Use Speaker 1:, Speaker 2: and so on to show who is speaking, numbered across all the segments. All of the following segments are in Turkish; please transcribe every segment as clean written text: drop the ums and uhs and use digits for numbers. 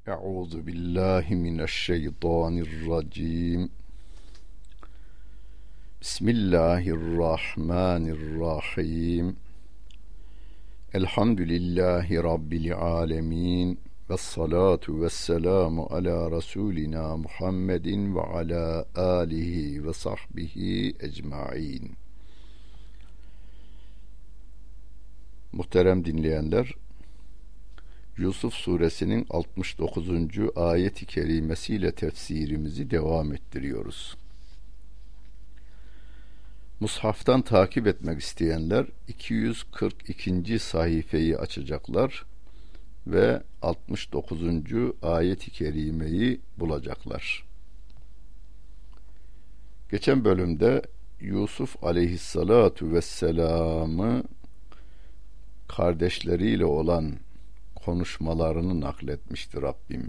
Speaker 1: Euzu billahi mineşşeytanirracim. Bismillahirrahmanirrahim. Elhamdülillahi rabbil alamin. Vessalatu vesselamu ala rasulina Muhammedin ve ala alihi ve sahbihi ecmaîn. Muhterem dinleyenler, Yusuf suresinin 69. ayet-i kerimesiyle tefsirimizi devam ettiriyoruz. Mushaftan takip etmek isteyenler 242. sayfayı açacaklar ve 69. ayet-i kerimeyi bulacaklar. Geçen bölümde Yusuf aleyhissalatu vesselam'ı kardeşleriyle olan konuşmalarını nakletmişti Rabbim.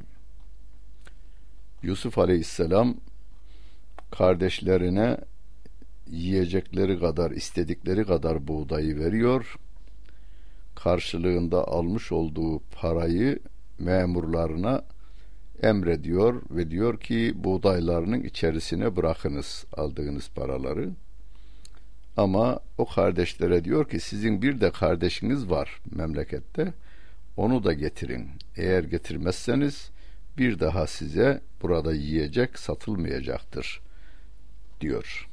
Speaker 1: Yusuf aleyhisselam kardeşlerine yiyecekleri kadar, istedikleri kadar buğdayı veriyor. Karşılığında almış olduğu parayı memurlarına emrediyor ve diyor ki buğdaylarının içerisine bırakınız aldığınız paraları. Ama o kardeşlere diyor ki sizin bir de kardeşiniz var memlekette. Onu da getirin. Eğer getirmezseniz bir daha size burada yiyecek satılmayacaktır diyor.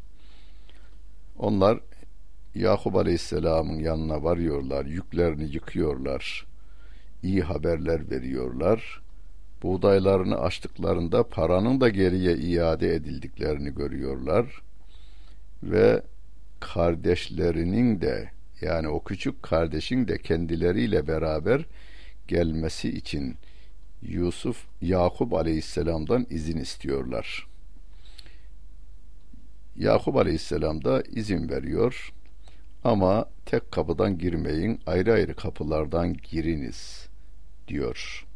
Speaker 1: Onlar Yakup Aleyhisselam'ın yanına varıyorlar, yüklerini yıkıyorlar, iyi haberler veriyorlar. Buğdaylarını açtıklarında paranın da geriye iade edildiklerini görüyorlar ve kardeşlerinin de, yani o küçük kardeşin de kendileriyle beraber gelmesi için Yakup Aleyhisselam'dan izin istiyorlar. Yakup Aleyhisselam da izin veriyor ama tek kapıdan girmeyin, ayrı ayrı kapılardan giriniz diyor.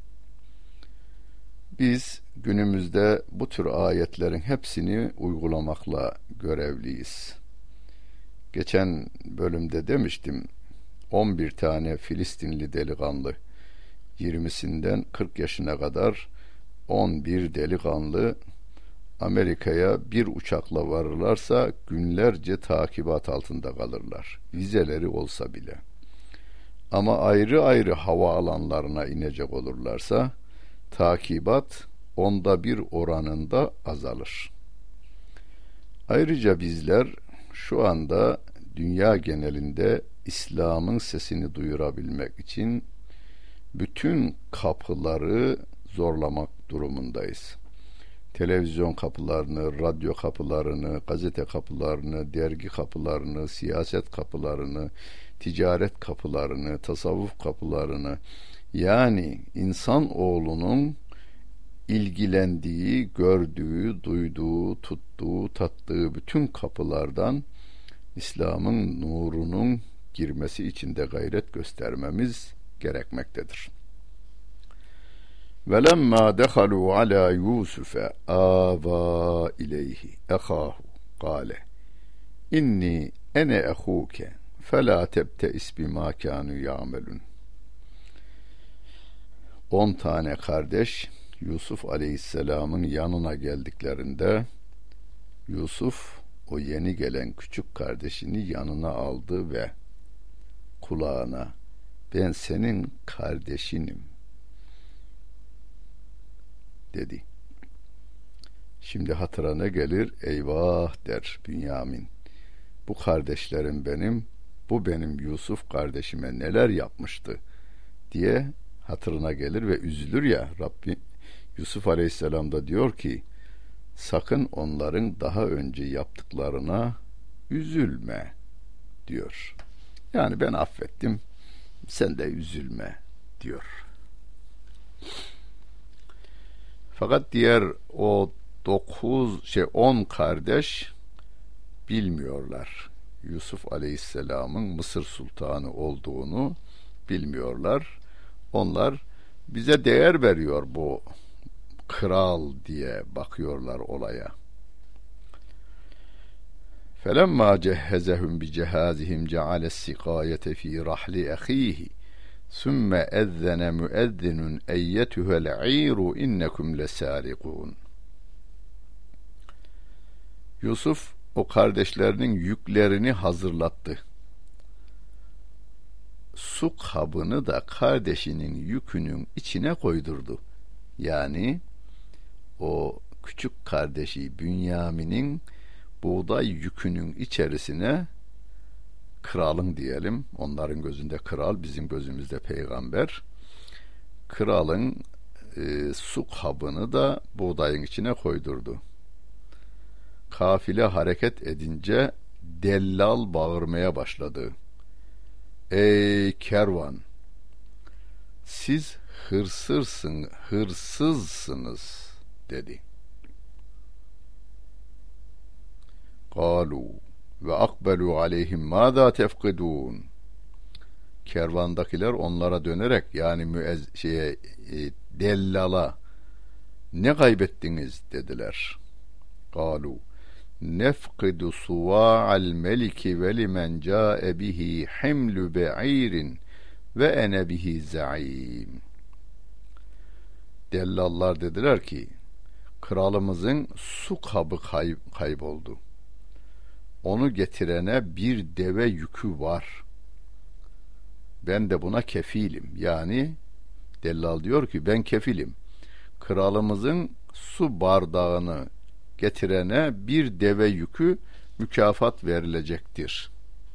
Speaker 1: Biz günümüzde bu tür ayetlerin hepsini uygulamakla görevliyiz. Geçen bölümde demiştim, 11 tane Filistinli delikanlı, 20'sinden 40 yaşına kadar 11 delikanlı Amerika'ya bir uçakla varırlarsa günlerce takibat altında kalırlar, vizeleri olsa bile. Ama ayrı ayrı havaalanlarına inecek olurlarsa takibat 1/10 oranında azalır. Ayrıca bizler şu anda dünya genelinde İslam'ın sesini duyurabilmek için bütün kapıları zorlamak durumundayız. Televizyon kapılarını, radyo kapılarını, gazete kapılarını, dergi kapılarını, siyaset kapılarını, ticaret kapılarını, tasavvuf kapılarını, yani insanoğlunun ilgilendiği, gördüğü, duyduğu, tuttuğu, tattığı bütün kapılardan İslam'ın nurunun girmesi için de gayret göstermemiz gerekmektedir. وَلَمَّا دَخَلُوا عَلَى يُوسُفَ آوَى إِلَيْهِ أَخَاهُ قَالَ إِنِّي أَنَا أَخُوكَ فَلَا تَبْتَئِسْ بِمَا كَانُوا يَعْمَلُونَ 10 tane kardeş Yusuf Aleyhisselam'ın yanına geldiklerinde Yusuf o yeni gelen küçük kardeşini yanına aldı ve kulağına ben senin kardeşinim dedi. Şimdi hatıra ne gelir? Eyvah der Bünyamin. Bu kardeşlerim benim, bu benim Yusuf kardeşime neler yapmıştı diye hatırına gelir ve üzülür ya. Rabbi Yusuf Aleyhisselam da diyor ki sakın onların daha önce yaptıklarına üzülme diyor. Yani ben affettim, sen de üzülme diyor. Fakat diğer o 10 kardeş bilmiyorlar. Yusuf Aleyhisselam'ın Mısır sultanı olduğunu bilmiyorlar. Onlar bize değer veriyor bu kral diye bakıyorlar olaya. فَلَمَّا جَهَّزَهُمْ بِجَهَازِهِمْ جَعَلَ السِّقَايَةَ فِي رَحْلِ أَخِيهِ Sümme ezzene müezzinun eyyetuhel iru innekum lesârikûn. Yusuf o kardeşlerinin yüklerini hazırlattı. Su kabını da kardeşinin yükünün içine koydurdu. Yani o küçük kardeşi Bünyamin'in buğday yükünün içerisine, kralın diyelim, onların gözünde kral, bizim gözümüzde peygamber, kralın su kabını da buğdayın içine koydurdu. Kafile hareket edince dellal bağırmaya başladı. Ey kervan, siz hırsızsınız dedi. Kalu ve akbelu aleyhim mâzâ tefkidûn. Kervandakiler onlara dönerek, yani dellala, ne kaybettiniz dediler. Kalu nefkidu suva'al meliki ve limen câe bihi himlu be'irin ve ene bihi za'im. Dellallar dediler ki, kralımızın su kabı kayboldu. Onu getirene bir deve yükü var. Ben de buna kefilim. Yani dellal diyor ki, ben kefilim. Kralımızın su bardağını getirene bir deve yükü mükafat verilecektir.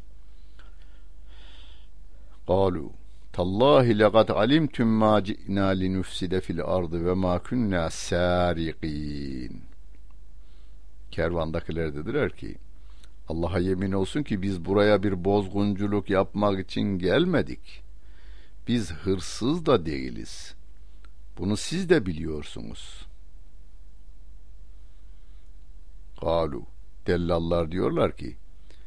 Speaker 1: Kalu tallahi lekad alimtum ma ci'na linufside fil ardı ve ma kunna sariqin. Kervandakiler dediler ki, Allah'a yemin olsun ki biz buraya bir bozgunculuk yapmak için gelmedik. Biz hırsız da değiliz. Bunu siz de biliyorsunuz. Kalu, dellallar diyorlar ki,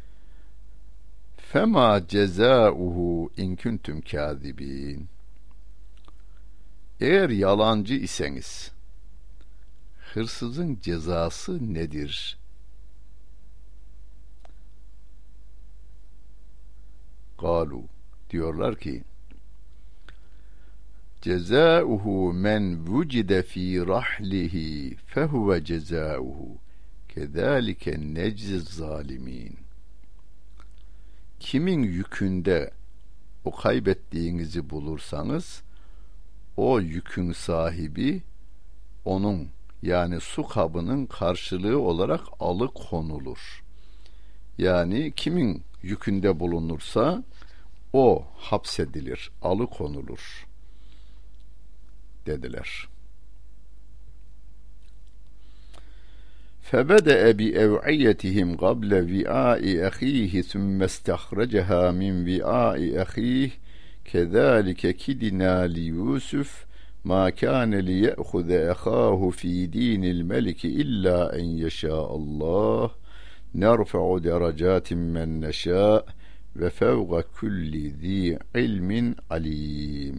Speaker 1: fema cezauhu in kuntum kâzibîn. Eğer yalancı iseniz hırsızın cezası nedir? Kalu, diyorlar ki, cezauhu men vucide fi rahlihi fehuve cezauhu kezalike neciz zalimin. Kimin yükünde o kaybettiğinizi bulursanız, o yükün sahibi onun, yani su kabının karşılığı olarak alıkonulur. Yani kimin yükünde bulunursa o hapsedilir, alıkonulur dediler. فَبَدَأَ بِأَوْعِيَتِهِمْ قَبْلَ وِعَاءِ أَخِيهِ ثُمَّ اسْتَخْرَجَهَا مِنْ وِعَاءِ أَخِيهِ كَذَلِكَ كِدْنَا لِيُوسُفَ مَا كَانَ لِيَأْخُذَ أَخَاهُ فِي دِينِ الْمَلِكِ إِلَّا أَنْ يَشَاءَ اللَّهُ نَرْفَعُ دَرَجَاتٍ مَنْ نَشَاءُ وَفَوْقَ كُلِّ ذِي عِلْمٍ عَلِيمٍ.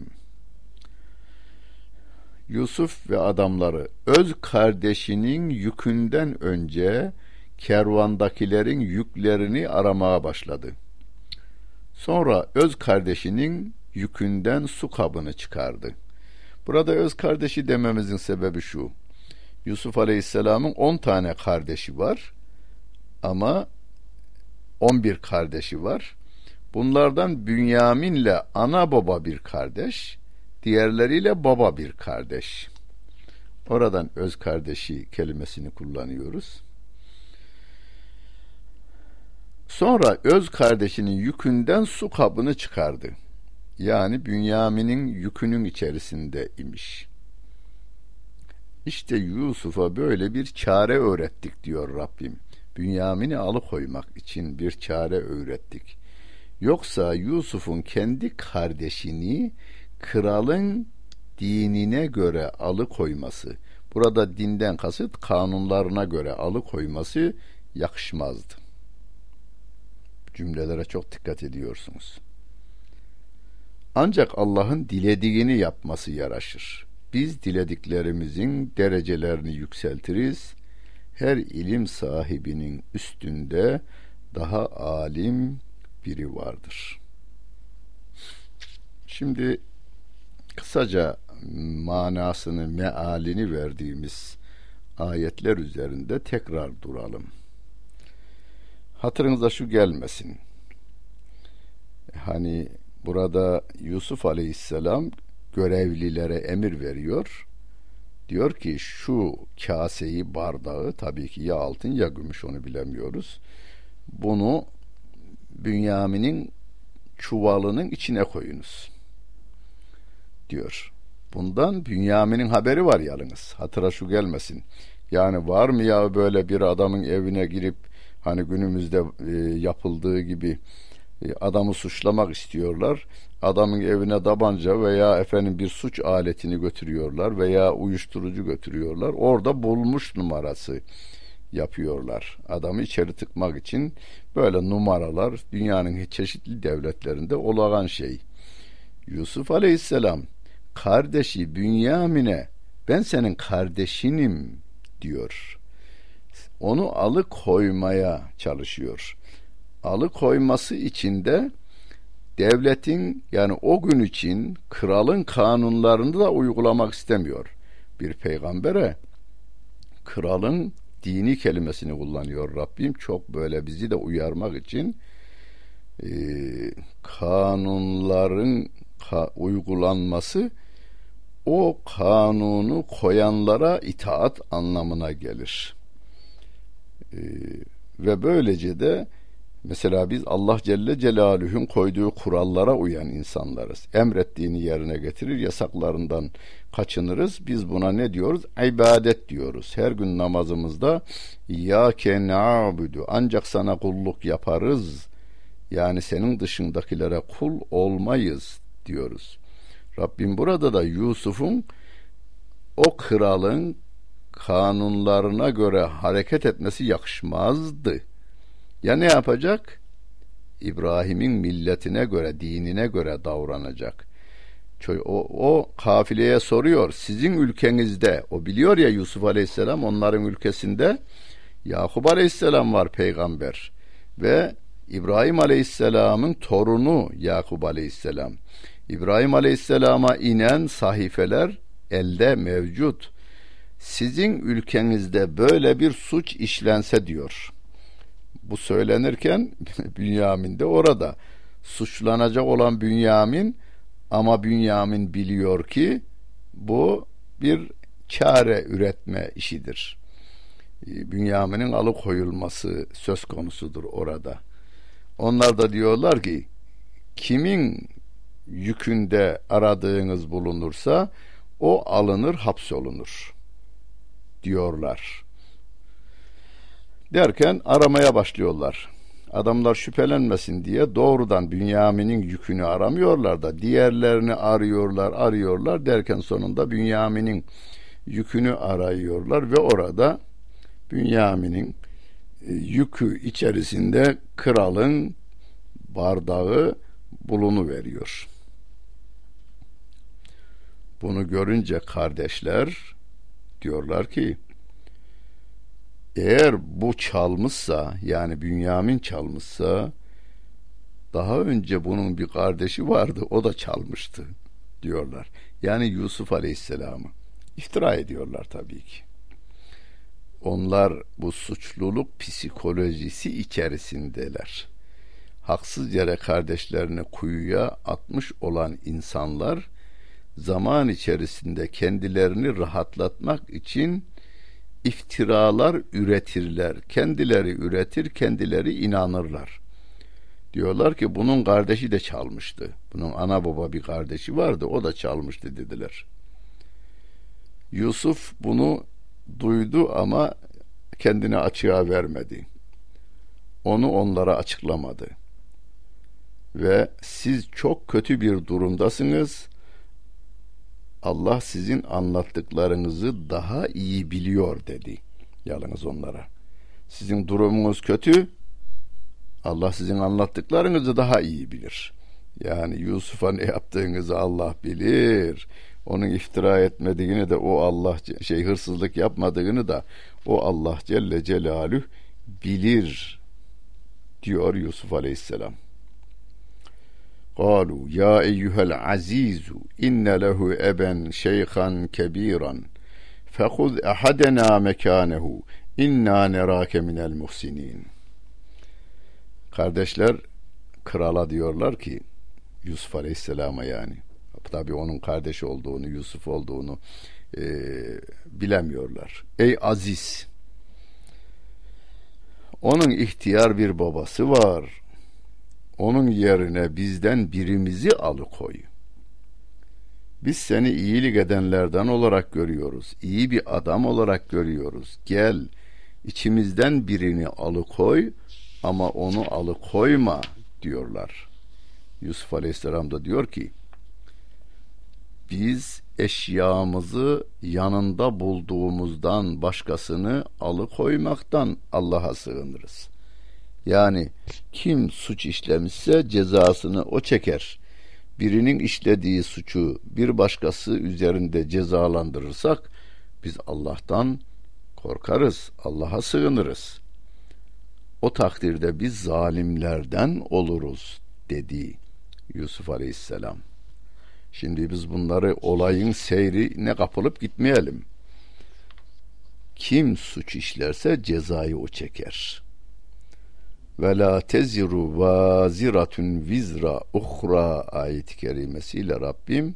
Speaker 1: Yusuf ve adamları öz kardeşinin yükünden önce kervandakilerin yüklerini aramaya başladı. Sonra öz kardeşinin yükünden su kabını çıkardı. Burada öz kardeşi dememizin sebebi şu: Yusuf Aleyhisselam'ın 10 tane kardeşi var ama 11 kardeşi var. Bunlardan Bünyamin'le ana baba bir kardeş, diğerleriyle baba bir kardeş. Oradan öz kardeşi kelimesini kullanıyoruz. Sonra öz kardeşinin yükünden su kabını çıkardı. Yani Bünyamin'in yükünün içerisinde imiş. İşte Yusuf'a böyle bir çare öğrettik diyor Rabbim. Bünyamin'i alıkoymak için bir çare öğrettik. Yoksa Yusuf'un kendi kardeşini kralın dinine göre alıkoyması, burada dinden kasıt kanunlarına göre alıkoyması yakışmazdı. Cümlelere çok dikkat ediyorsunuz. Ancak Allah'ın dilediğini yapması yaraşır. Biz dilediklerimizin derecelerini yükseltiriz. Her ilim sahibinin üstünde daha alim biri vardır. Şimdi kısaca manasını, mealini verdiğimiz ayetler üzerinde tekrar duralım. Hatırınıza şu gelmesin. Hani burada Yusuf Aleyhisselam görevlilere emir veriyor. Diyor ki şu kaseyi, bardağı, tabii ki ya altın ya gümüş, onu bilemiyoruz. Bunu Bünyamin'in çuvalının içine koyunuz diyor. Bundan Bünyamin'in haberi var yalnız. Hatıra şu gelmesin. Yani var mı ya böyle bir adamın evine girip hani günümüzde yapıldığı gibi adamı suçlamak istiyorlar. Adamın evine tabanca veya efendim bir suç aletini götürüyorlar veya uyuşturucu götürüyorlar. Orada bulmuş numarası yapıyorlar. Adamı içeri tıkmak için böyle numaralar dünyanın çeşitli devletlerinde olağan şey. Yusuf Aleyhisselam kardeşi Bünyamin'e ben senin kardeşinim diyor. Onu alıkoymaya çalışıyor. Alıkoyması için de devletin, yani o gün için kralın kanunlarını da uygulamak istemiyor. Bir peygambere kralın dini kelimesini kullanıyor Rabbim, çok böyle bizi de uyarmak için. Kanunların uygulanması o kanunu koyanlara itaat anlamına gelir. Ve böylece de mesela biz Allah Celle Celaluhu'nun koyduğu kurallara uyan insanlarız. Emrettiğini yerine getirir, yasaklarından kaçınırız. Biz buna ne diyoruz? İbadet diyoruz. Her gün namazımızda İyyâke na'budu, ancak sana kulluk yaparız. Yani senin dışındakilere kul olmayız diyoruz. Rabbim burada da Yusuf'un o kralın kanunlarına göre hareket etmesi yakışmazdı. Ya ne yapacak? İbrahim'in milletine göre, dinine göre davranacak. O kafileye soruyor, sizin ülkenizde, o biliyor ya Yusuf Aleyhisselam onların ülkesinde Yakup Aleyhisselam var peygamber ve İbrahim Aleyhisselam'ın torunu Yakup Aleyhisselam. İbrahim Aleyhisselam'a inen sahifeler elde mevcut. Sizin ülkenizde böyle bir suç işlense diyor. Bu söylenirken Bünyamin de orada. Suçlanacak olan Bünyamin, ama Bünyamin biliyor ki bu bir çare üretme işidir. Bünyamin'in alıkoyulması söz konusudur orada. Onlar da diyorlar ki kimin yükünde aradığınız bulunursa o alınır, hapsolunur diyorlar. Derken aramaya başlıyorlar. Adamlar şüphelenmesin diye doğrudan Bünyamin'in yükünü aramıyorlar da diğerlerini arıyorlar derken sonunda Bünyamin'in yükünü arıyorlar ve orada Bünyamin'in yükü içerisinde kralın bardağı bulunuveriyor. Bunu görünce kardeşler diyorlar ki eğer bu çalmışsa, yani Bünyamin çalmışsa, daha önce bunun bir kardeşi vardı, o da çalmıştı diyorlar. Yani Yusuf Aleyhisselam'ı iftira ediyorlar tabii ki. Onlar bu suçluluk psikolojisi içerisindeler. Haksız yere kardeşlerini kuyuya atmış olan insanlar zaman içerisinde kendilerini rahatlatmak için iftiralar üretirler. Kendileri üretir, kendileri inanırlar. Diyorlar ki bunun kardeşi de çalmıştı. Bunun ana baba bir kardeşi vardı, o da çalmıştı dediler. Yusuf bunu duydu ama kendini açığa vermedi. Onu onlara açıklamadı. Ve siz çok kötü bir durumdasınız. Allah sizin anlattıklarınızı daha iyi biliyor dedi yalnız onlara. Sizin durumunuz kötü. Allah sizin anlattıklarınızı daha iyi bilir. Yani Yusuf'a ne yaptığınızı Allah bilir. Onun iftira etmediğini de o Allah, hırsızlık yapmadığını da o Allah Celle Celaluhu bilir diyor Yusuf Aleyhisselam. قالوا يا أيها العزيز إن له أبا شيخا كبيرا فخذ أحدنا مكانه إنا نراك من المحسنين. Kardeşler krala diyorlar ki, Yusuf Aleyhisselam'a, yani tabi onun kardeş olduğunu, Yusuf olduğunu bilemiyorlar. Ey aziz, onun ihtiyar bir babası var. Onun yerine bizden birimizi alıkoy. Biz seni iyilik edenlerden olarak görüyoruz. İyi bir adam olarak görüyoruz. Gel, içimizden birini alıkoy ama onu alıkoyma diyorlar. Yusuf Aleyhisselam da diyor ki, biz eşyamızı yanında bulduğumuzdan başkasını alıkoymaktan Allah'a sığınırız. Yani kim suç işlemişse cezasını o çeker. Birinin işlediği suçu bir başkası üzerinde cezalandırırsak biz Allah'tan korkarız, Allah'a sığınırız. O takdirde biz zalimlerden oluruz dedi Yusuf Aleyhisselam. Şimdi biz bunları, olayın seyrine kapılıp gitmeyelim. Kim suç işlerse cezayı o çeker. Ve la teziru vaziratun vizra uhra ayet-i kerimesiyle Rabbim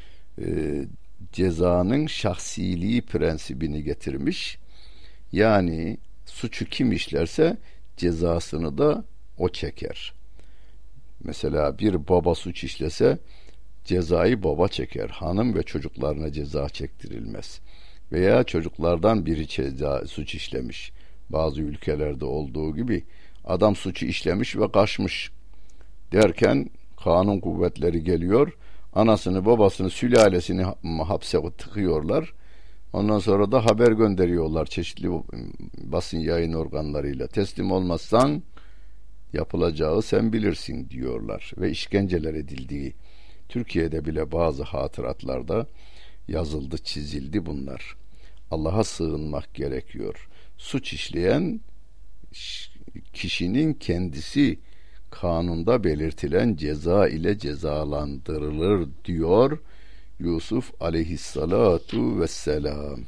Speaker 1: cezanın şahsiliği prensibini getirmiş. Yani suçu kim işlerse cezasını da o çeker. Mesela bir baba suç işlese cezayı baba çeker. Hanım ve çocuklarına ceza çektirilmez. Veya çocuklardan biri suç işlemiş. Bazı ülkelerde olduğu gibi adam suçu işlemiş ve kaçmış derken kanun kuvvetleri geliyor, anasını babasını sülalesini hapse tıkıyorlar. Ondan sonra da haber gönderiyorlar çeşitli basın yayın organlarıyla, teslim olmazsan yapılacağı sen bilirsin diyorlar ve işkenceler edildiği Türkiye'de bile bazı hatıratlarda yazıldı, çizildi bunlar. Allah'a sığınmak gerekiyor. Suç işleyen kişinin kendisi kanunda belirtilen ceza ile cezalandırılır diyor Yusuf aleyhissalatu vesselam.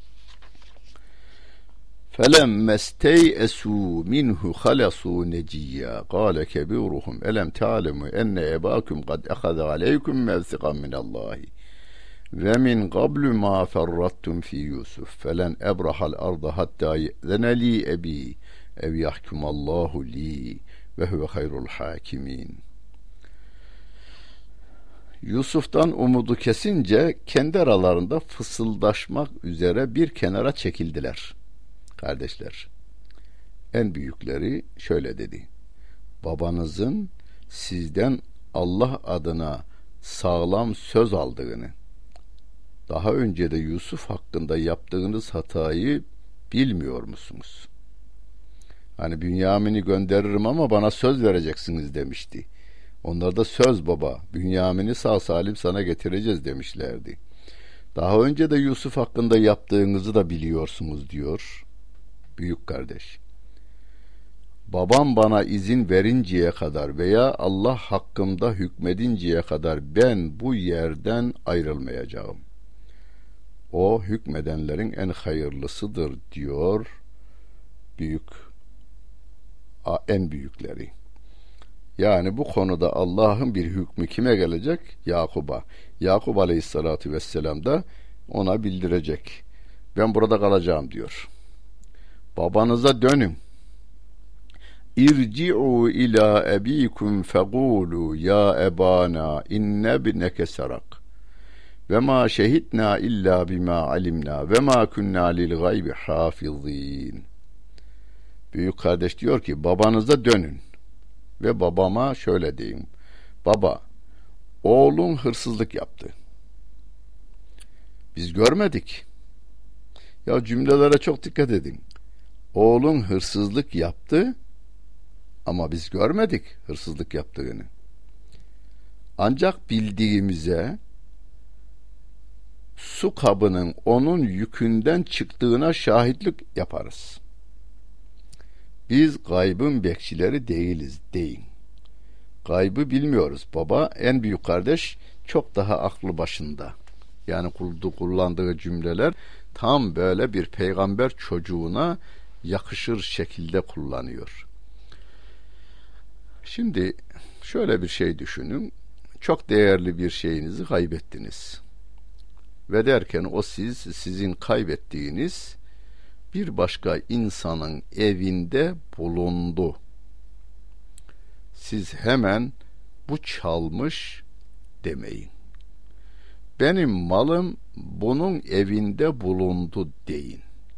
Speaker 1: فَلَمَّا اسْتَيْأَسُوا مِنْهُ خَلَصُوا نَجِيًّا قَالَ كَبِيرُهُمْ أَلَمْ تَعْلَمُوا أَنَّ أَبَاكُمْ قَدْ أَخَذَ عَلَيْكُمْ مَوْثِقًا مِنَ اللَّهِ وَمِنْ قَبْلُ مَا فَرَّطْتُمْ فِي يُوسُفَ فَلَنْ أَبْرَحَ الْأَرْضَ حَتَّى يَأْذَنَ لِي أَبِي اَوْ يَحْكُمَ اللّٰهُ لِي وَهُوَ خَيْرُ الْحَاكِمِينَ. Yusuf'tan umudu kesince kendi aralarında fısıldaşmak üzere bir kenara çekildiler. Kardeşler, en büyükleri şöyle dedi: babanızın sizden Allah adına sağlam söz aldığını, daha önce de Yusuf hakkında yaptığınız hatayı bilmiyor musunuz? Hani Bünyamin'i gönderirim ama bana söz vereceksiniz demişti. Onlar da söz baba, Bünyamin'i sağ salim sana getireceğiz demişlerdi. Daha önce de Yusuf hakkında yaptığınızı da biliyorsunuz diyor büyük kardeş. Babam bana izin verinceye kadar veya Allah hakkımda hükmedinceye kadar ben bu yerden ayrılmayacağım. O hükmedenlerin en hayırlısıdır diyor en büyükleri. Yani bu konuda Allah'ın bir hükmü kime gelecek? Yakub'a. Yakub aleyhissalatu vesselam da ona bildirecek. Ben burada kalacağım diyor. Babanıza dönün. İrci'u ila ebikum fegulu ya ebana inne ibneke sarak ve ma şehidna illa bima alimna ve ma kunna lil gaybi hafizin. Büyük kardeş diyor ki babanıza dönün ve babama şöyle deyin: baba, oğlun hırsızlık yaptı. Biz görmedik. Ya cümlelere çok dikkat edin. Oğlun hırsızlık yaptı ama biz görmedik hırsızlık yaptığını. Ancak bildiğimize su kabının onun yükünden çıktığına şahitlik yaparız. Biz gaybın bekçileri değiliz deyin. Gaybı bilmiyoruz. Baba, en büyük kardeş çok daha aklı başında. Yani kullandığı cümleler tam böyle bir peygamber çocuğuna yakışır şekilde kullanıyor. Şimdi şöyle bir şey düşünün. Çok değerli bir şeyinizi kaybettiniz. Ve derken o sizin kaybettiğiniz bir başka insanın evinde bulundu. Siz hemen bu çalmış demeyin. Benim malım bunun evinde bulundu deyin.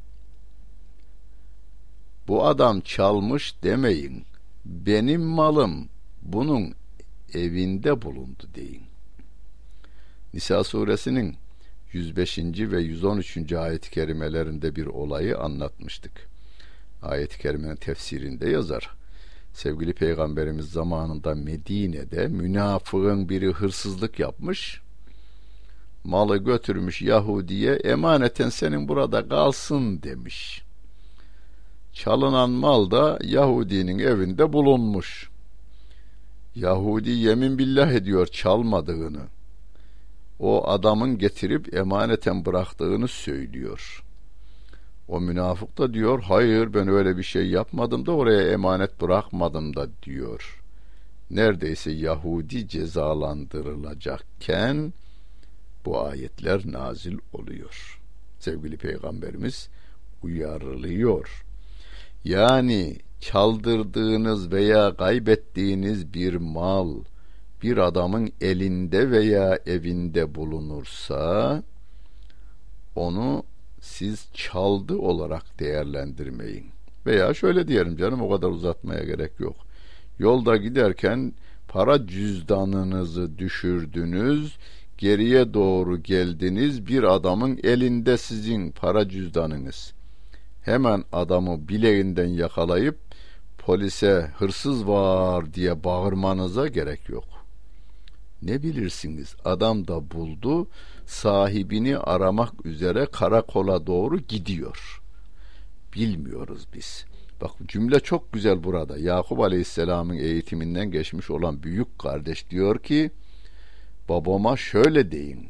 Speaker 1: Bu adam çalmış demeyin. Benim malım bunun evinde bulundu deyin. Nisa suresinin 105. ve 113. ayet-i kerimelerinde bir olayı anlatmıştık. Ayet-i kerimenin tefsirinde yazar. Sevgili Peygamberimiz zamanında Medine'de münafığın biri hırsızlık yapmış, malı götürmüş Yahudi'ye, emaneten senin burada kalsın demiş. Çalınan mal da Yahudinin evinde bulunmuş. Yahudi yemin billah ediyor çalmadığını. O adamın getirip emaneten bıraktığını söylüyor. O münafık da diyor, hayır ben öyle bir şey yapmadım da oraya emanet bırakmadım da diyor. Neredeyse Yahudi cezalandırılacakken bu ayetler nazil oluyor. Sevgili Peygamberimiz uyarılıyor. Yani çaldırdığınız veya kaybettiğiniz bir mal bir adamın elinde veya evinde bulunursa onu siz çaldı olarak değerlendirmeyin. Veya şöyle diyelim canım, o kadar uzatmaya gerek yok. Yolda giderken para cüzdanınızı düşürdünüz, geriye doğru geldiniz, bir adamın elinde sizin para cüzdanınız. Hemen adamı bileğinden yakalayıp polise hırsız var diye bağırmanıza gerek yok. Ne bilirsiniz, adam da buldu, sahibini aramak üzere karakola doğru gidiyor. Bilmiyoruz biz. Bak, cümle çok güzel burada. Yakup Aleyhisselam'ın eğitiminden geçmiş olan büyük kardeş diyor ki, babama şöyle deyin.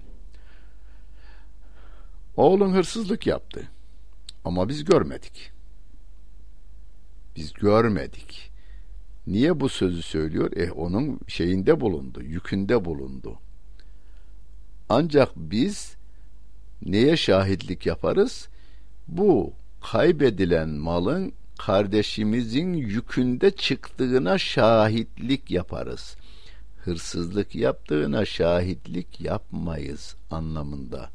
Speaker 1: Oğlun hırsızlık yaptı ama biz görmedik. Biz görmedik. Niye bu sözü söylüyor? Onun şeyinde bulundu, yükünde bulundu. Ancak biz neye şahitlik yaparız? Bu kaybedilen malın kardeşimizin yükünde çıktığına şahitlik yaparız. Hırsızlık yaptığına şahitlik yapmayız anlamında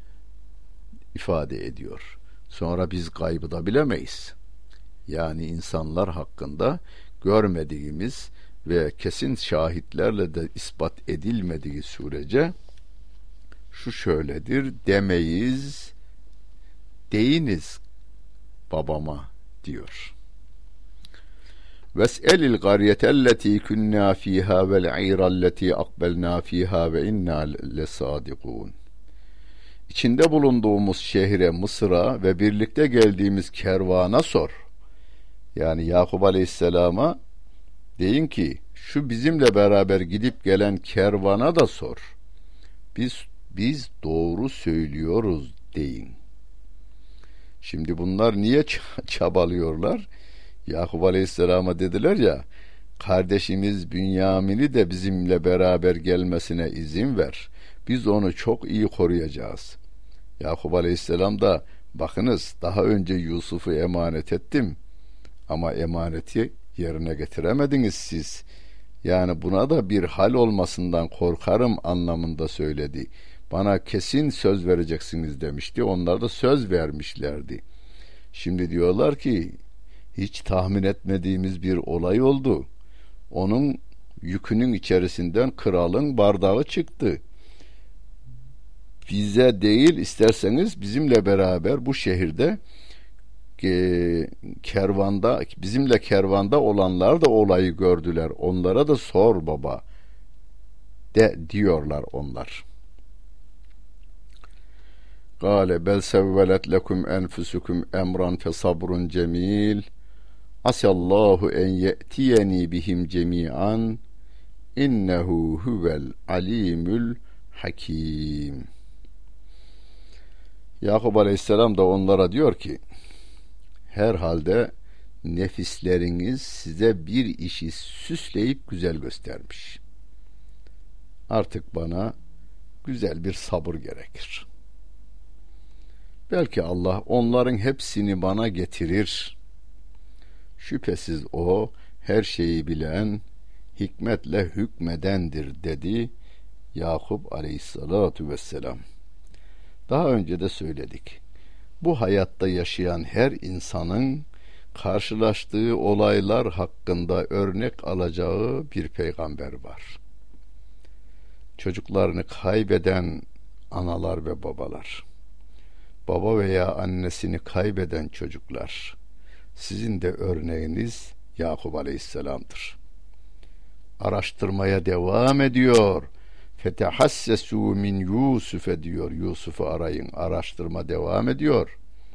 Speaker 1: ifade ediyor. Sonra biz gaybı da bilemeyiz. Yani insanlar hakkında görmediğimiz ve kesin şahitlerle de ispat edilmediği sürece şu şöyledir demeyiz, deyiniz babama diyor. Ves'elil qaryetelleti kunna fiha vel iralleti akbelna fiha ve inna lesadikun. İçinde bulunduğumuz şehre, Mısır'a ve birlikte geldiğimiz kervana sor. Yani Yakup Aleyhisselam'a deyin ki, şu bizimle beraber gidip gelen kervana da sor. Biz doğru söylüyoruz deyin. Şimdi bunlar niye çabalıyorlar? Yakup Aleyhisselam'a dediler ya, kardeşimiz Bünyamin'i de bizimle beraber gelmesine izin ver. Biz onu çok iyi koruyacağız. Yakup Aleyhisselam da, bakınız daha önce Yusuf'u emanet ettim ama emaneti yerine getiremediniz siz. Yani buna da bir hal olmasından korkarım anlamında söyledi. Bana kesin söz vereceksiniz demişti. Onlar da söz vermişlerdi. Şimdi diyorlar ki hiç tahmin etmediğimiz bir olay oldu. Onun yükünün içerisinden kralın bardağı çıktı. Bize değil, isterseniz bizimle beraber bu şehirde bizimle kervanda olanlar da olayı gördüler. Onlara da sor baba diyorlar onlar. Kâle bel sevvelet lekum enfusukum emran fe sabrun cemil asallahu en ye'tiyeni bihim cemi'an innehu huvel alimul hakim. Yakup Aleyhisselam da onlara diyor ki, herhalde nefisleriniz size bir işi süsleyip güzel göstermiş. Artık bana güzel bir sabır gerekir. Belki Allah onların hepsini bana getirir. Şüphesiz o her şeyi bilen, hikmetle hükmedendir dedi Yakup Aleyhissalatu vesselam. Daha önce de söyledik. Bu hayatta yaşayan her insanın karşılaştığı olaylar hakkında örnek alacağı bir peygamber var. Çocuklarını kaybeden analar ve babalar, baba veya annesini kaybeden çocuklar, sizin de örneğiniz Yakup Aleyhisselam'dır. Araştırmaya devam ediyor. Fetehassesu min Yusuf'e diyor. Yusuf'u arayın. Araştırma devam ediyor.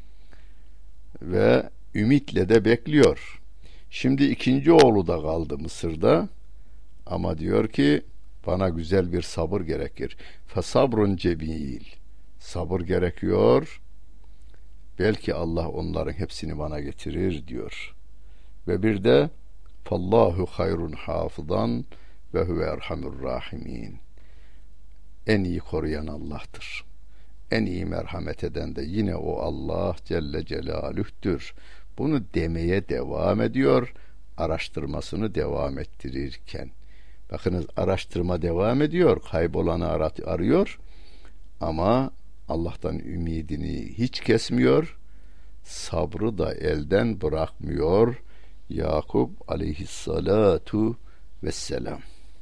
Speaker 1: Ve ümitle de bekliyor. Şimdi ikinci oğlu da kaldı Mısır'da. Ama diyor ki bana güzel bir sabır gerekir. Fesabrun cemil. Sabır gerekiyor. Belki Allah onların hepsini bana getirir diyor. Ve bir de fallahu hayrun hafızan ve huve erhamur rahimin. En iyi koruyan Allah'tır. En iyi merhamet eden de yine o Allah Celle Celaluh'tür. Bunu demeye devam ediyor, araştırmasını devam ettirirken. Bakınız, araştırma devam ediyor, kaybolanı arıyor ama Allah'tan ümidini hiç kesmiyor, sabrı da elden bırakmıyor Yakup aleyhissalatu vesselam.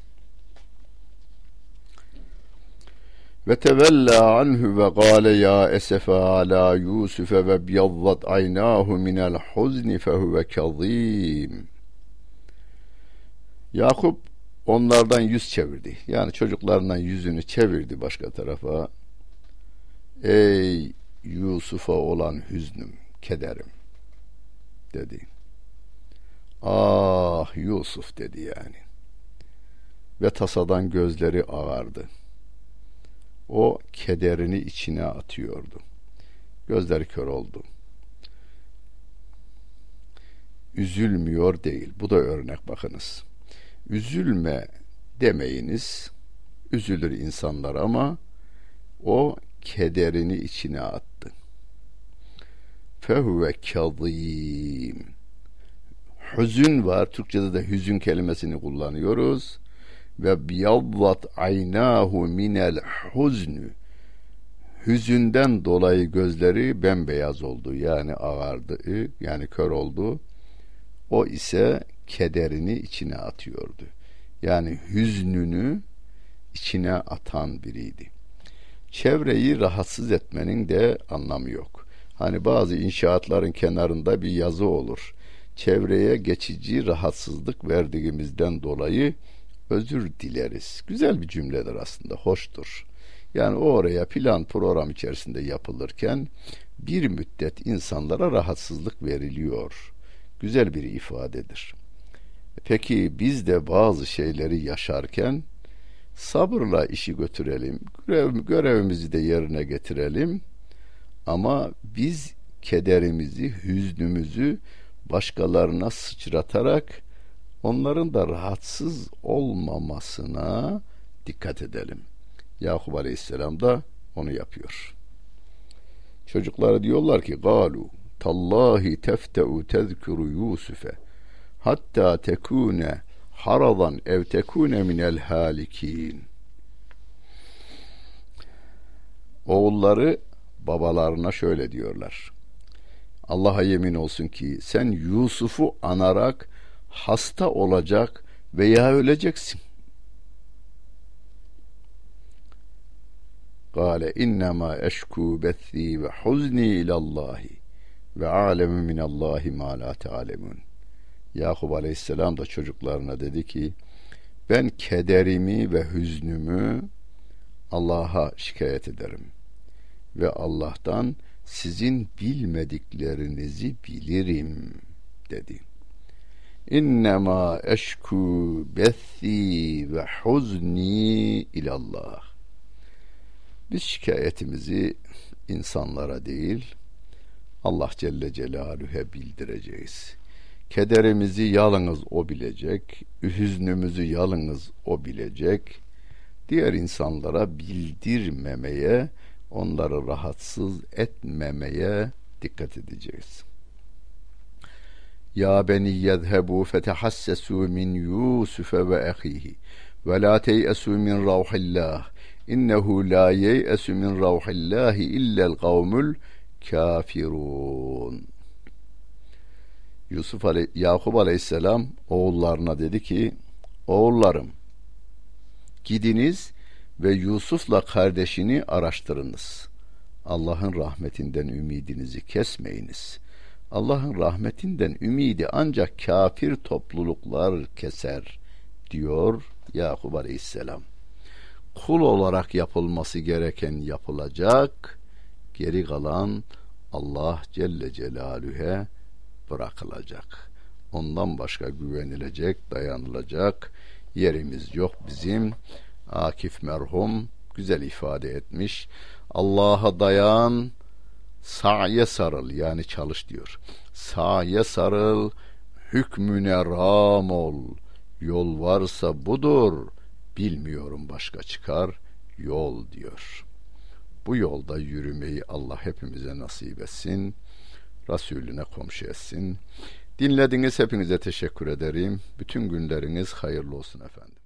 Speaker 1: Ve tevella anhu ve gâle ya esefe ala Yusuf'e ve biyaddat aynâhu minel huzni fehuve kazîm. Yakup onlardan yüz çevirdi. Yani çocuklarından yüzünü çevirdi başka tarafa. Ey Yusuf'a olan hüznüm, kederim dedi. Ah Yusuf dedi yani. Ve tasadan gözleri ağardı. O kederini içine atıyordu. Gözleri kör oldu. Üzülmüyor değil. Bu da örnek, bakınız. Üzülme demeyiniz. Üzülür insanlar ama o kederini içine attı. Fehuve kazîm. Hüzün var. Türkçede de hüzün kelimesini kullanıyoruz. Ve biyaddat aynahu minel huznü. Hüzünden dolayı gözleri bembeyaz oldu. Yani ağardı. Yani kör oldu. O ise kederini içine atıyordu. Yani hüznünü içine atan biriydi. Çevreyi rahatsız etmenin de anlamı yok. Hani bazı inşaatların kenarında bir yazı olur. Çevreye geçici rahatsızlık verdiğimizden dolayı özür dileriz. Güzel bir cümledir aslında, hoştur. Yani oraya plan program içerisinde yapılırken bir müddet insanlara rahatsızlık veriliyor. Güzel bir ifadedir. Peki biz de bazı şeyleri yaşarken sabırla işi götürelim, görevimizi de yerine getirelim. Ama biz kederimizi, hüznümüzü başkalarına sıçratarak onların da rahatsız olmamasına dikkat edelim. Yakup Aleyhisselam da onu yapıyor. Çocuklara diyorlar ki galu tallahi tefteu tezkuru Yusuf'e hatta tekune haradan ev tekune minel halikin. Oğulları babalarına şöyle diyorlar: Allah'a yemin olsun ki sen Yusuf'u anarak hasta olacak veya öleceksin. Kâle innemâ eşkû bethî ve huzni ilallâhi ve âlemu minallâhi mâ lâ teâlemûn. Yakup Aleyhisselam da çocuklarına dedi ki ben kederimi ve hüznümü Allah'a şikayet ederim ve Allah'tan sizin bilmediklerinizi bilirim dedi. İnnemâ eşkû bethî ve huzni ilallah. Biz şikayetimizi insanlara değil, Allah Celle Celaluhu'ya bildireceğiz. Kederimizi yalnız O bilecek, hüznümüzü yalnız O bilecek. Diğer insanlara bildirmemeye, onları rahatsız etmemeye dikkat edeceğiz. Ya beni yezhebu fetehassesu min Yusuf ve ahihi ve la teyesu min ravhillah innehu la yeyesu min ravhillahi illel kavmul kafirun. Yakup Aleyhisselam oğullarına dedi ki, oğullarım, gidiniz ve Yusuf'la kardeşini araştırınız. Allah'ın rahmetinden ümidinizi kesmeyiniz. Allah'ın rahmetinden ümidi ancak kafir topluluklar keser, diyor Yakup Aleyhisselam. Kul olarak yapılması gereken yapılacak, geri kalan Allah Celle Celaluhu'ya bırakılacak. Ondan başka güvenilecek, dayanılacak yerimiz yok bizim. Akif merhum güzel ifade etmiş. Allah'a dayan, sa'ye sarıl, yani çalış diyor. Sa'ye sarıl, hükmüne ram ol. Yol varsa budur, bilmiyorum başka çıkar yol, diyor. Bu yolda yürümeyi Allah hepimize nasip etsin. Resulüne komşu etsin. Dinlediğiniz hepinize teşekkür ederim. Bütün günleriniz hayırlı olsun efendim.